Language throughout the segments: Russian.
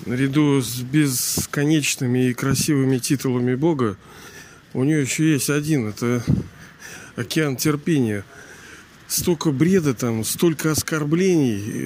наряду с бесконечными и красивыми титулами Бога, у нее еще есть один. Это океан терпения. Столько бреда там, столько оскорблений.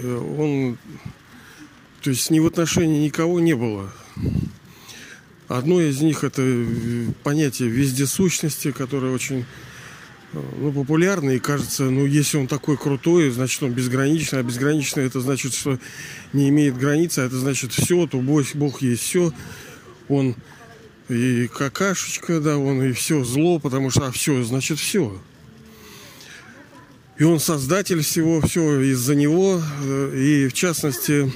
То есть ни в отношении никого не было. Одно из них — это понятие вездесущности, которое очень популярно. И кажется, если он такой крутой, значит он безграничный. А безграничный — это значит, что не имеет границы. А это значит все, то Бог есть все. Он и какашечка, да, он и все зло, потому что все значит все. И он создатель всего, все из-за него. И в частности,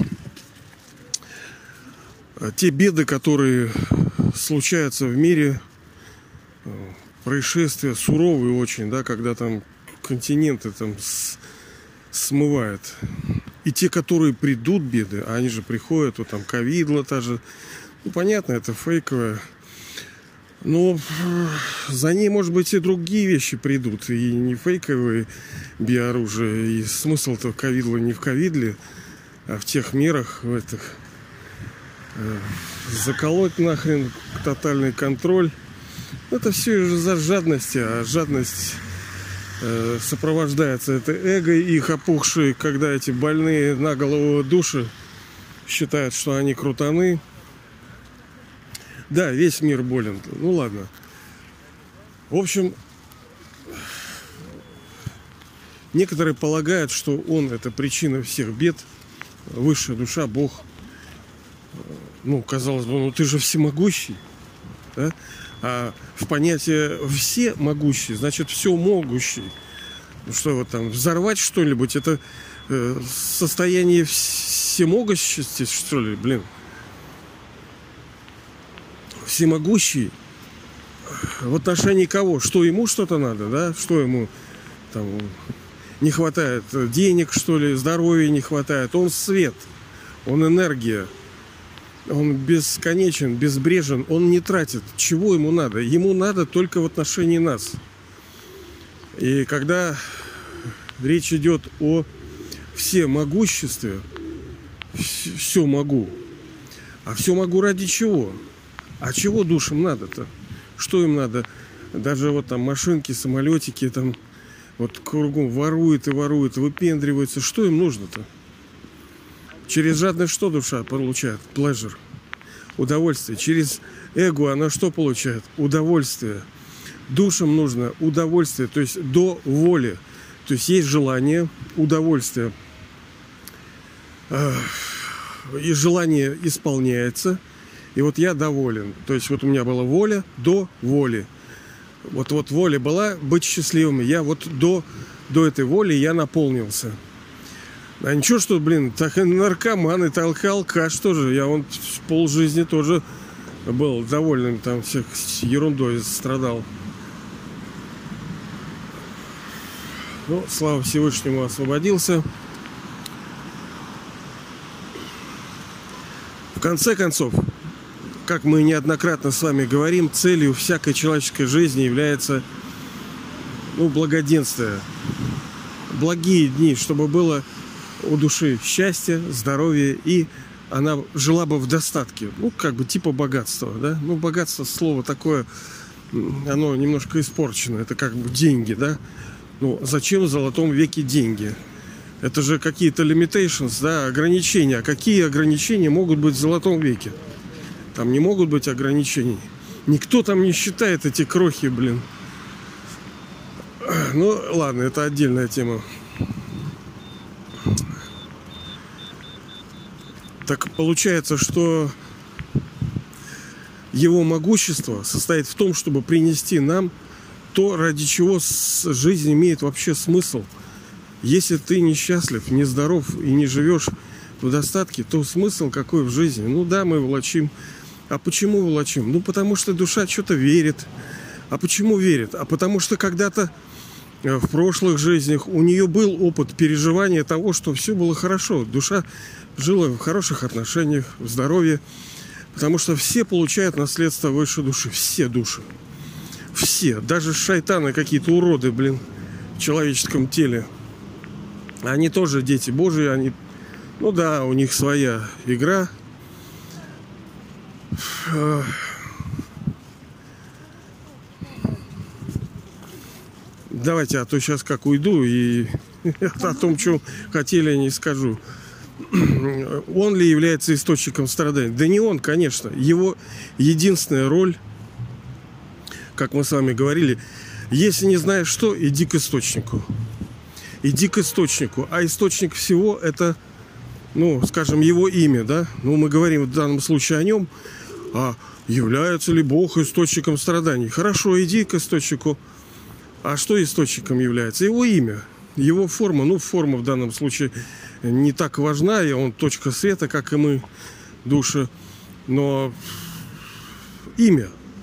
те беды, которые случаются в мире, происшествия суровые очень, да, когда там континенты там смывает. И те, которые придут, беды, а они же приходят, вот там ковидла та же. Понятно, это фейковое. Но за ней, может быть, и другие вещи придут. И не фейковые биоружие. И смысл-то ковидла не в ковидле, а в тех мерах, в этих. Заколоть нахрен, тотальный контроль. Это все из-за жадности. А жадность сопровождается это эго, их опухшие, когда эти больные на голову души считают, что они крутаны. Да, весь мир болен. Ну ладно. В общем, некоторые полагают, что он — это причина всех бед, высшая душа, Бог. Казалось бы, ты же всемогущий, да? А в понятие всемогущий, значит, все могущий. Что вот там, взорвать что-нибудь — это состояние всемогущести, что ли, блин? Всемогущий в отношении кого? Что ему что-то надо, да? Что ему там не хватает? Денег, что ли? Здоровья не хватает? Он свет, он энергия, он бесконечен, безбрежен, он не тратит. Чего ему надо? Ему надо только в отношении нас. И когда речь идет о всемогуществе, все могу. А все могу ради чего? А чего душам надо-то? Что им надо? Даже вот там машинки, самолетики, там вот кругом воруют и воруют, выпендриваются. Что им нужно-то? Через жадность что душа получает? Pleasure. Удовольствие. Через эго она что получает? Удовольствие. Душам нужно удовольствие, то есть до воли. То есть есть желание, удовольствие. И желание исполняется. И вот я доволен. То есть вот у меня была воля до воли. Вот воля была быть счастливым. Я вот до этой воли я наполнился. А ничего, что, так и наркоман, и алкаш тоже. Я полжизни тоже был довольным, там всех ерундой страдал. Слава Всевышнему, освободился. В конце концов, как мы неоднократно с вами говорим, целью всякой человеческой жизни является благоденствие. Благие дни, чтобы было у души счастье, здоровье, и она жила бы в достатке. Типа богатства, да? Богатство — слово такое, оно немножко испорчено. Это как бы деньги, да? Зачем в золотом веке деньги? Это же какие-то limitations, да, ограничения. А какие ограничения могут быть в золотом веке? Там не могут быть ограничений. Никто там не считает эти крохи, Ладно, это отдельная тема. Так получается, что его могущество состоит в том, чтобы принести нам то, ради чего жизнь имеет вообще смысл. Если ты несчастлив, нездоров и не живешь в достатке, то смысл какой в жизни? Мы влачим. А почему влачим? Потому что душа что-то верит. А почему верит? А потому что когда-то в прошлых жизнях у нее был опыт переживания того, что все было хорошо. Душа жила в хороших отношениях, в здоровье. Потому что все получают наследство высшей души. Все души. Все. Даже шайтаны какие-то уроды, в человеческом теле. Они тоже дети Божии. Они, у них своя игра. Давайте, а то сейчас как уйду и о том, что хотели, не скажу. Он ли является источником страданий? Да не он, конечно. Его единственная роль, как мы с вами говорили, если не знаешь что, иди к источнику. Иди к источнику. А источник всего это, ну, скажем, его имя, да? Ну, мы говорим в данном случае о нем. А является ли Бог источником страданий? Хорошо, иди к источнику. А что источником является? Его имя, его форма. Ну, форма в данном случае не так важна, и он точка света, как и мы, души. Но имя.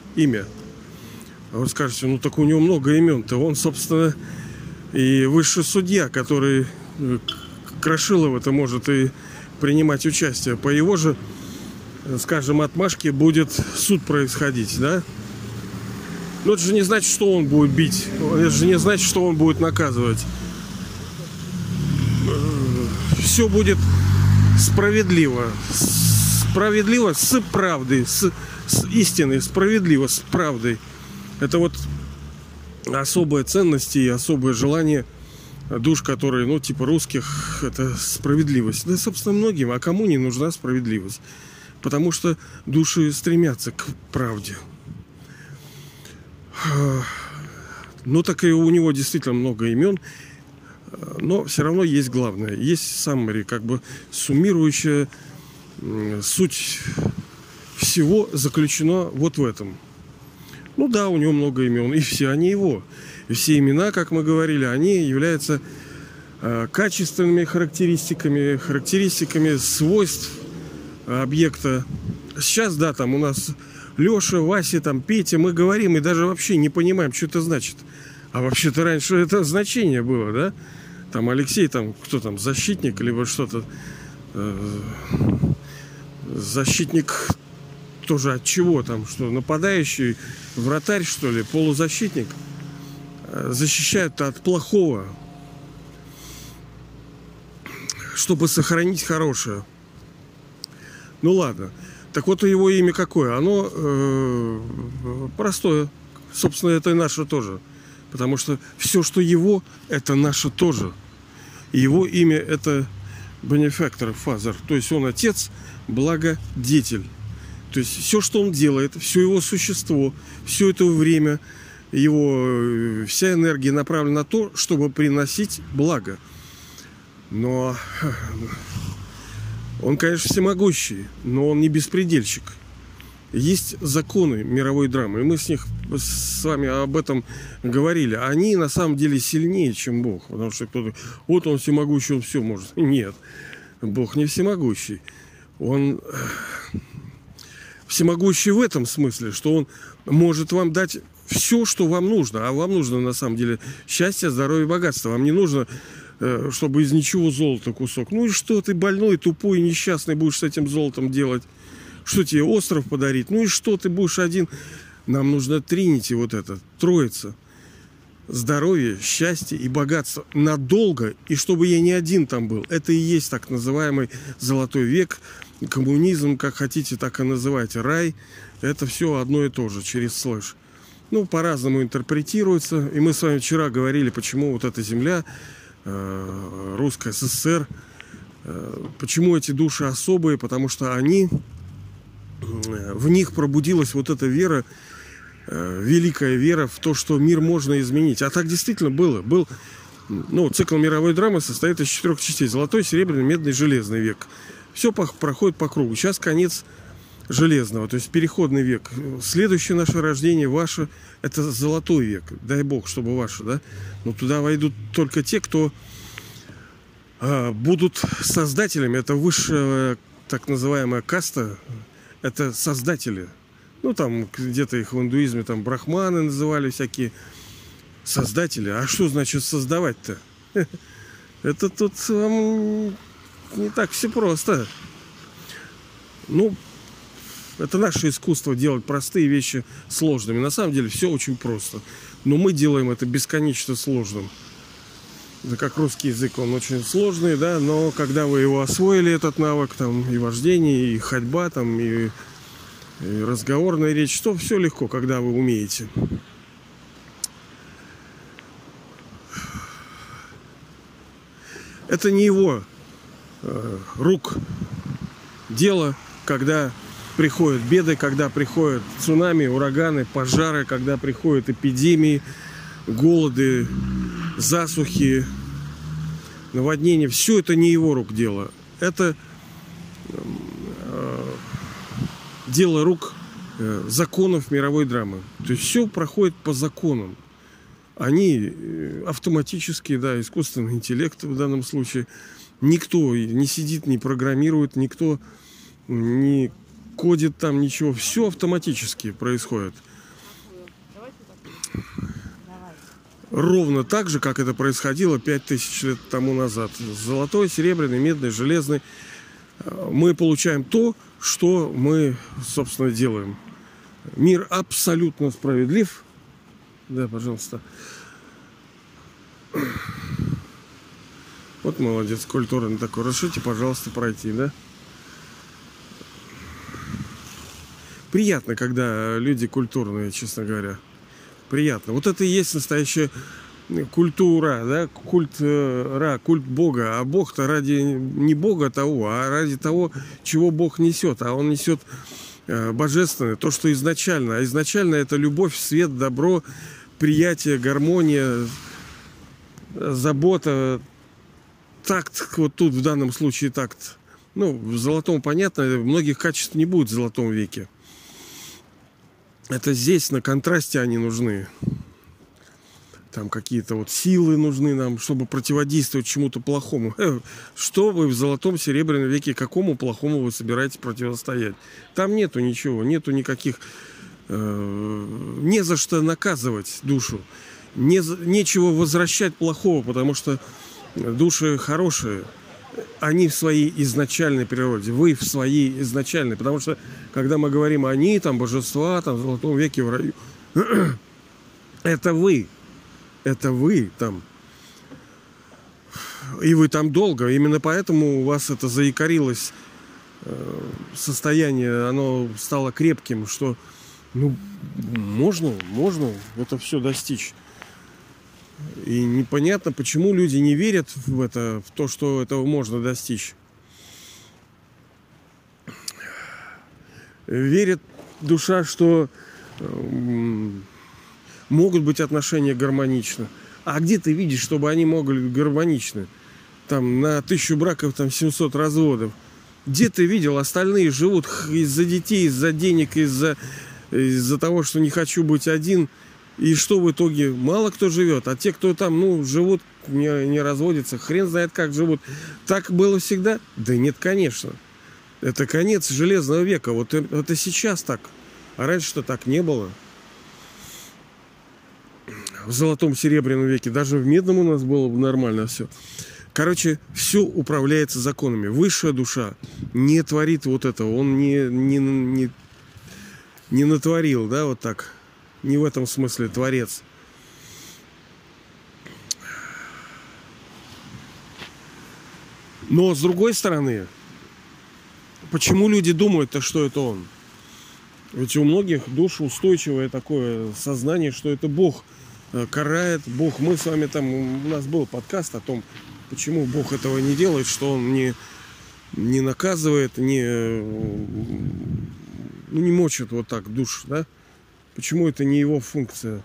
А вы скажете, ну так у него много имен-то. Он, собственно, и высший судья, который Крашилова-то может и принимать участие. По его же, скажем, отмашке будет суд происходить, да? Но это же не значит, что он будет бить. Это же не значит, что он будет наказывать. Все будет справедливо. Справедливо с правдой. С истиной. Справедливо с правдой. Это вот особая ценность и особое желание душ, которые, ну, типа русских, это справедливость. Да, собственно, многим. А кому не нужна справедливость? Потому что души стремятся к правде. Ну, так и у него действительно много имен, но все равно есть главное. Есть summary, как бы суммирующая суть всего заключена вот в этом. Ну да, у него много имен, и все они его. И все имена, как мы говорили, они являются качественными характеристиками свойств объекта. Сейчас, да, там у нас Леша, Вася, там, Петя, мы говорим и даже вообще не понимаем, что это значит. А вообще-то раньше это значение было, да? Там Алексей, там, кто там, защитник, либо что-то. Защитник тоже от чего там? Что, нападающий, вратарь, что ли, полузащитник? Защищают от плохого, чтобы сохранить хорошее. Ну ладно. Так вот, его имя какое? Оно простое. Собственно, это и наше тоже. Потому что все, что его, это наше тоже. И его имя это Benefactor, Father. То есть он отец, благодетель. То есть все, что он делает, все его существо, все это время, его вся энергия направлена на то, чтобы приносить благо. Но он, конечно, всемогущий, но он не беспредельщик. Есть законы мировой драмы, и мы с вами об этом говорили. Они на самом деле сильнее, чем Бог. Потому что кто-то, вот он всемогущий, он все может. Нет, Бог не всемогущий. Он всемогущий в этом смысле, что он может вам дать все, что вам нужно. А вам нужно на самом деле счастье, здоровье, богатство. Вам не нужно, чтобы из ничего золота кусок. Ну и что, ты больной, тупой, несчастный будешь с этим золотом делать? Что тебе, остров подарить? Ну и что, ты будешь один? Нам нужно тринити, вот это, троица. Здоровье, счастье и богатство надолго, и чтобы я не один там был. Это и есть так называемый золотой век, коммунизм, как хотите, так и называйте, рай. Это все одно и то же, через слэш. Ну, по-разному интерпретируется. И мы с вами вчера говорили, почему вот эта земля, Русская ССР, почему эти души особые, потому что они, в них пробудилась вот эта вера, великая вера в то, что мир можно изменить. А так действительно было. Был, ну, цикл мировой драмы состоит из 4 частей. Золотой, серебряный, медный, железный век. Все проходит по кругу. Сейчас конец железного, то есть переходный век. Следующее наше рождение, ваше, это золотой век. Дай Бог, чтобы ваше, да? Но туда войдут только те, кто будут создателями. Это высшая так называемая каста. Это создатели. Ну, там где-то их в индуизме там брахманы называли всякие создатели. А что значит создавать-то? Это тут вам не так все просто. Ну, это наше искусство делать простые вещи сложными. На самом деле все очень просто. Но мы делаем это бесконечно сложным. Это как русский язык, он очень сложный, да, но когда вы его освоили, этот навык, там, и вождение, и ходьба, там, и и разговорная речь, то все легко, когда вы умеете. Это не его рук дело, когда приходят беды, когда приходят цунами, ураганы, пожары, когда приходят эпидемии, голоды, засухи, наводнения. Все это не его рук дело. Это дело рук законов мировой драмы. То есть все проходит по законам. Они автоматически, да, искусственный интеллект в данном случае. Никто не сидит, не программирует, никто не кодит там ничего. Все автоматически происходит. Ровно так же, как это происходило 5000 лет тому назад. Золотой, серебряный, медный, железный. Мы получаем то, что мы, собственно, делаем. Мир абсолютно справедлив. Да, пожалуйста. Вот молодец, культурный такой. Разрешите, пожалуйста, пройти, да? Приятно, когда люди культурные, честно говоря. Приятно. Вот это и есть настоящая культура, да? Культ Бога. А Бог-то ради не Бога того, а ради того, чего Бог несет. А Он несет божественное, то, что изначально. А изначально это любовь, свет, добро, приятие, гармония, забота, такт. Вот тут в данном случае такт. Ну, в золотом понятно, многих качеств не будет в золотом веке. Это здесь на контрасте они нужны. Там какие-то вот силы нужны нам, чтобы противодействовать чему-то плохому. Что вы в золотом, серебряном веке, какому плохому вы собираетесь противостоять? Там нету ничего, нету никаких... не за что наказывать душу. Нечего возвращать плохого, потому что души хорошие. Они в своей изначальной природе. Вы в своей изначальной. Потому что, когда мы говорим они, там, божества, там, в золотом веке, в раю, это вы. Это вы там. И вы там долго. Именно поэтому у вас это заякорилось состояние, оно стало крепким, что можно это все достичь. И непонятно, почему люди не верят в то, что этого можно достичь. Верит душа, что могут быть отношения гармоничны. А где ты видишь, чтобы они могли быть гармоничны? Там на 1000 браков, там 700 разводов. Где ты видел? Остальные живут из-за детей, из-за денег, из-за того, что не хочу быть один. И что в итоге? Мало кто живет. А те, кто там, живут, не разводятся, хрен знает как живут. Так было всегда? Да нет, конечно. Это конец Железного века. Вот это сейчас так. А раньше-то так не было. В золотом, серебряном веке. Даже в медном у нас было бы нормально все. Короче, все управляется законами. Высшая душа не творит вот этого. Он не натворил, да, вот так. Не в этом смысле творец. Но с другой стороны, почему люди думают, что это он? Ведь у многих душ устойчивое такое сознание, что это Бог карает, Бог. Мы с вами там, у нас был подкаст о том, почему Бог этого не делает, что Он не наказывает, не мочит вот так душ, да? Почему это не его функция?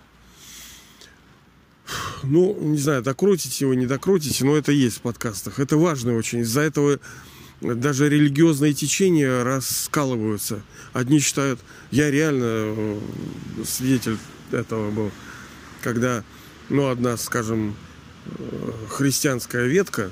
Не знаю, докрутите его, не докрутите, но это есть в подкастах. Это важно очень. Из-за этого даже религиозные течения раскалываются. Одни считают, я реально свидетель этого был, когда, одна, скажем, христианская ветка,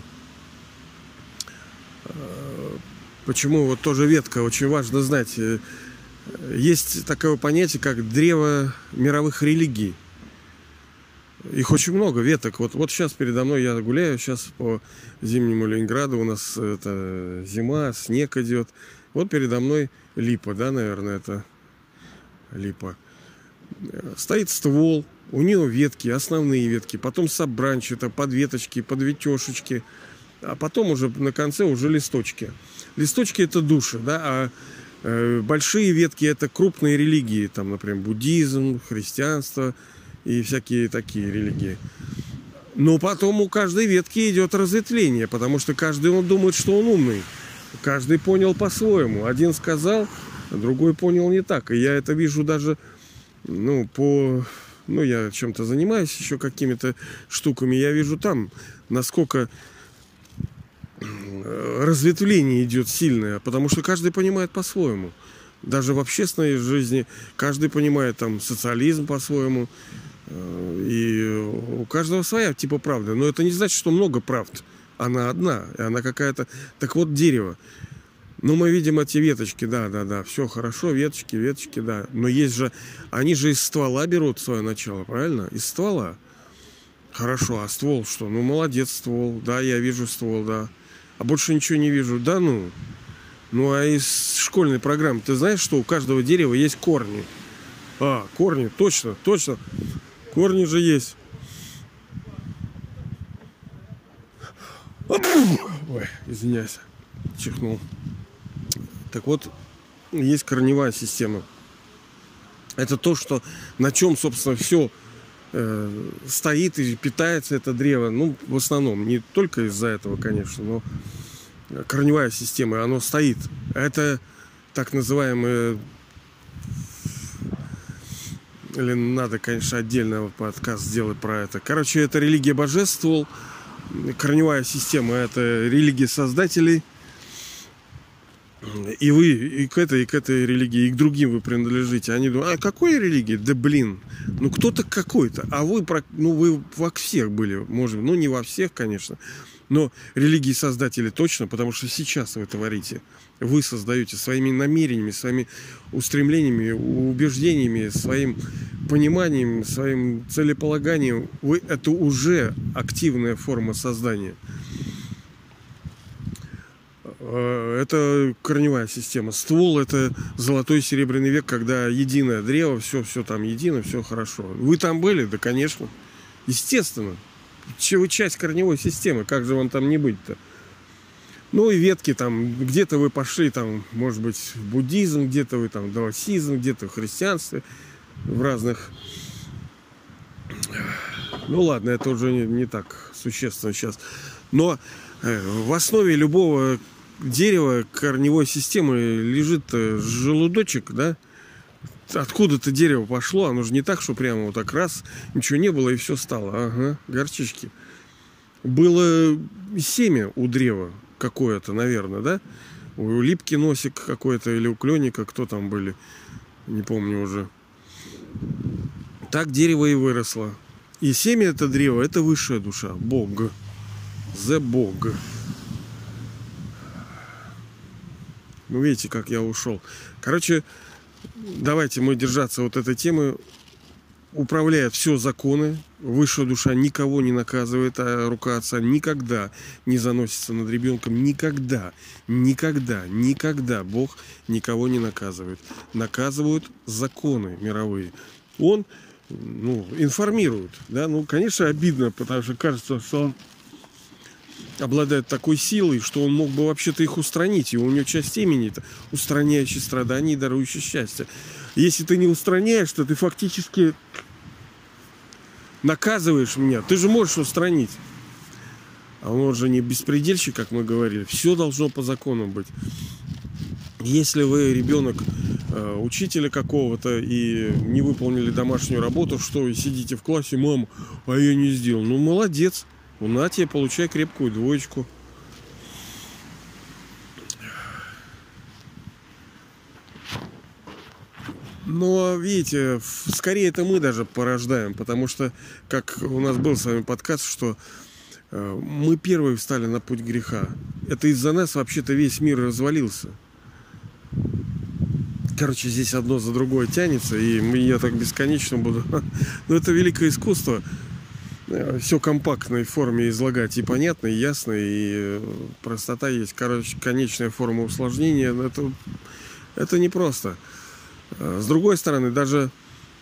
почему вот тоже ветка, очень важно знать, есть такое понятие, как древо мировых религий. Их очень много, веток. Вот сейчас передо мной я гуляю, сейчас по зимнему Ленинграду у нас это зима, снег идет. Вот передо мной липа, да, наверное, это липа. Стоит ствол, у нее ветки, основные ветки, потом саббранчи, подветочки, подветешечки, а потом уже на конце уже листочки. Листочки это души, да, а Большие ветки — это крупные религии, там, например, буддизм, христианство и всякие такие религии. Но потом у каждой ветки идет разветвление, потому что каждый он думает, что он умный. Каждый понял по-своему. Один сказал, а другой понял не так. И я это вижу даже, я чем-то занимаюсь еще какими-то штуками. Я вижу там, насколько разветвление идет сильное, потому что каждый понимает по-своему. Даже в общественной жизни каждый понимает там социализм по-своему. И у каждого своя типа правда. Но это не значит, что много правд. Она одна, и она какая-то... Так вот, дерево. Мы видим эти веточки, да, все хорошо, веточки, да. Но есть же... Они же из ствола берут свое начало, правильно? Из ствола. Хорошо, а ствол что? Молодец, ствол. Да, я вижу ствол, да. А больше ничего не вижу. Да ну. А из школьной программы ты знаешь, что у каждого дерева есть корни? Корни, точно. Корни же есть. Ой, извиняюсь, чихнул. Так вот, есть корневая система. Это то, что на чем, собственно, все стоит и питается это древо. В основном, не только из-за этого, конечно, но корневая система, оно стоит. Это так называемые... Или надо, конечно, отдельно подкаст сделать про это. Короче, это религия божеств, ствол. Корневая система — это религия создателей. И вы и к этой религии, и к другим вы принадлежите. Они думают, какой религии? Да блин, кто-то какой-то. А вы во всех были, может, не во всех, конечно. Но религии создателей точно, потому что сейчас вы творите. Вы создаете своими намерениями, своими устремлениями, убеждениями, своим пониманием, своим целеполаганием. Это уже активная форма создания. Это корневая система. Ствол — это золотой серебряный век, когда единое древо, все там едино, все хорошо. Вы там были? Да, конечно. Естественно. Вы часть корневой системы, как же вам там не быть-то? И ветки там, где-то вы пошли, там, может быть, в буддизм, где-то вы там в даосизм, где-то в христианстве, в разных... Ладно, это уже не так существенно сейчас. Но в основе любого дерева корневой системы лежит желудочек, да? Откуда-то дерево пошло, оно же не так, что прямо вот так раз, ничего не было и все стало. Ага, горчички. Было семя у древа какое-то, наверное, да? У липки носик какой-то или у кленика, кто там были, не помню уже. Так дерево и выросло. И семя это древо, это высшая душа, Бог. Бог. Видите, как я ушел. Короче, давайте мы держаться вот этой темы. Управляет все законы. Высшая душа никого не наказывает, а рука отца никогда не заносится над ребенком. Никогда Бог никого не наказывает. Наказывают законы мировые. Он информирует. Да? Конечно, обидно, потому что кажется, что он обладает такой силой, что он мог бы вообще-то их устранить. И у него часть имени-то устраняющий страдания и дарующий счастье. Если ты не устраняешь, то ты фактически наказываешь меня. Ты же можешь устранить. А он же не беспредельщик, как мы говорили. Все должно по закону быть. Если вы ребенок учителя какого-то и не выполнили домашнюю работу, что и сидите в классе, мама, а я не сделал. Молодец. На тебе, получай крепкую двоечку. Но, видите, скорее это мы даже порождаем, потому что, как у нас был с вами подкаст, что мы первые встали на путь греха. Это из-за нас вообще-то весь мир развалился. Короче, здесь одно за другое тянется, и я так бесконечно буду. Но это великое искусство. Все в компактной форме излагать и понятно, и ясно, и простота есть. Короче, конечная форма усложнения. Это непросто. С другой стороны, даже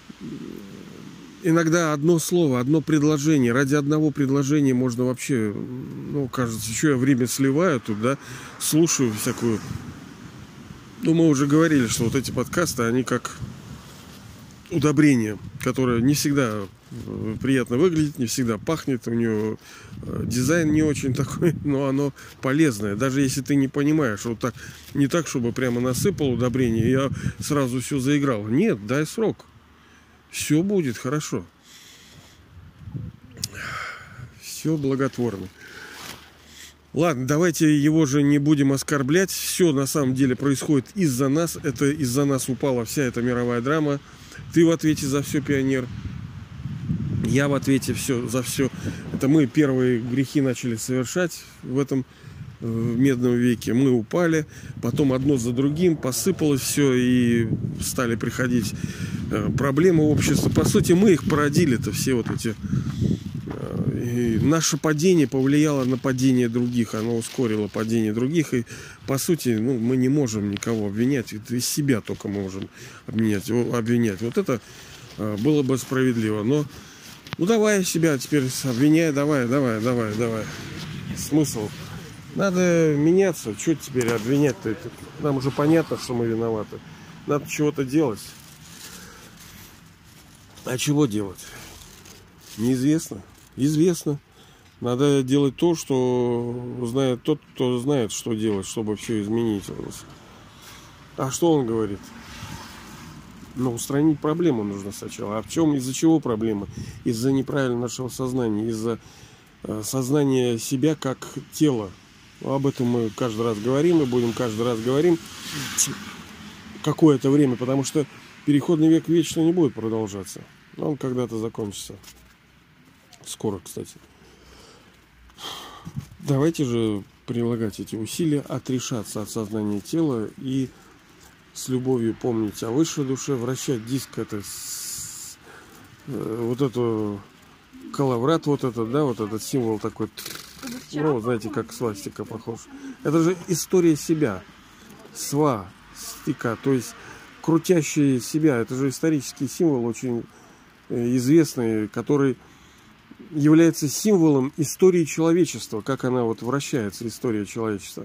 иногда одно слово, одно предложение, ради одного предложения можно вообще, кажется, что я время сливаю тут, да, слушаю всякую Ну, мы уже говорили, что вот эти подкасты, они как удобрение, которое не всегда приятно выглядит, не всегда пахнет, у него дизайн не очень такой, но оно полезное. Даже если ты не понимаешь, вот так, не так, чтобы прямо насыпал удобрение, и я сразу все заиграл. Нет, дай срок. Все будет хорошо. Все благотворно. Ладно, давайте его же не будем оскорблять. Все на самом деле происходит из-за нас. Это из-за нас упала вся эта мировая драма. Ты в ответе за все, пионер. Я в ответе за все. Это мы первые грехи начали совершать в этом медном веке. Мы упали, потом одно за другим посыпалось все, и стали приходить проблемы общества. По сути, мы их породили-то, все вот эти. И наше падение повлияло на падение других, оно ускорило падение других, и по сути, мы не можем никого обвинять, это из себя только можем обвинять. Вот это было бы справедливо, но давай себя теперь обвиняй, давай. Смысл? Надо меняться, что теперь обвинять-то? Нам уже понятно, что мы виноваты. Надо чего-то делать. А чего делать? Неизвестно. Известно. Надо делать то, что знает тот, кто знает, что делать, чтобы все изменить. А что он говорит? Устранить проблему нужно сначала. А в чем, из-за чего проблема? Из-за неправильного нашего сознания, из-за сознания себя как тела. Об этом мы каждый раз говорим, и будем каждый раз говорим какое-то время, потому что переходный век вечно не будет продолжаться. Он когда-то закончится. Скоро, кстати. Давайте же прилагать эти усилия, отрешаться от сознания тела и с любовью помнить о высшей душе, вращать диск вот эту коловрат, вот этот символ такой, знаете, как свастика похож. Это же история себя, свастика, то есть крутящий себя. Это же исторический символ, очень известный, который является символом истории человечества, как она вращается, история человечества.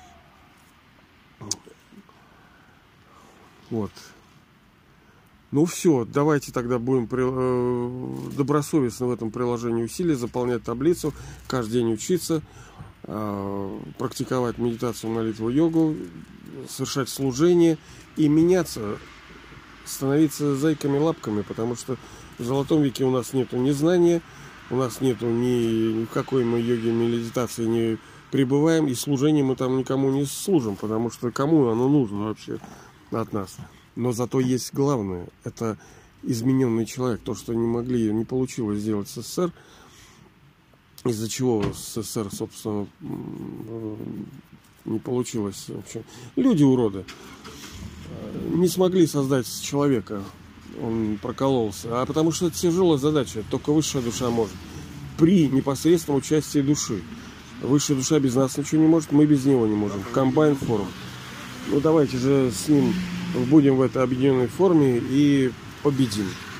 Все, давайте тогда будем добросовестно в этом приложении усилий, заполнять таблицу, каждый день учиться, практиковать медитацию, молитву, йогу, совершать служение и меняться, становиться зайками-лапками, потому что в золотом веке у нас нету ни знания, у нас нету ни в какой мы йоге, медитации не пребываем, и служение мы там никому не служим, потому что кому оно нужно вообще от нас. Но зато есть главное, это измененный человек, то, что не получилось сделать в СССР, из-за чего в СССР, собственно, не получилось. В общем, люди-уроды не смогли создать человека, он прокололся, а потому что это тяжелая задача, только высшая душа может, при непосредственном участии души. Высшая душа без нас ничего не может, мы без него не можем. Комбайн форум. Давайте же с ним будем в этой объединенной форме и победим.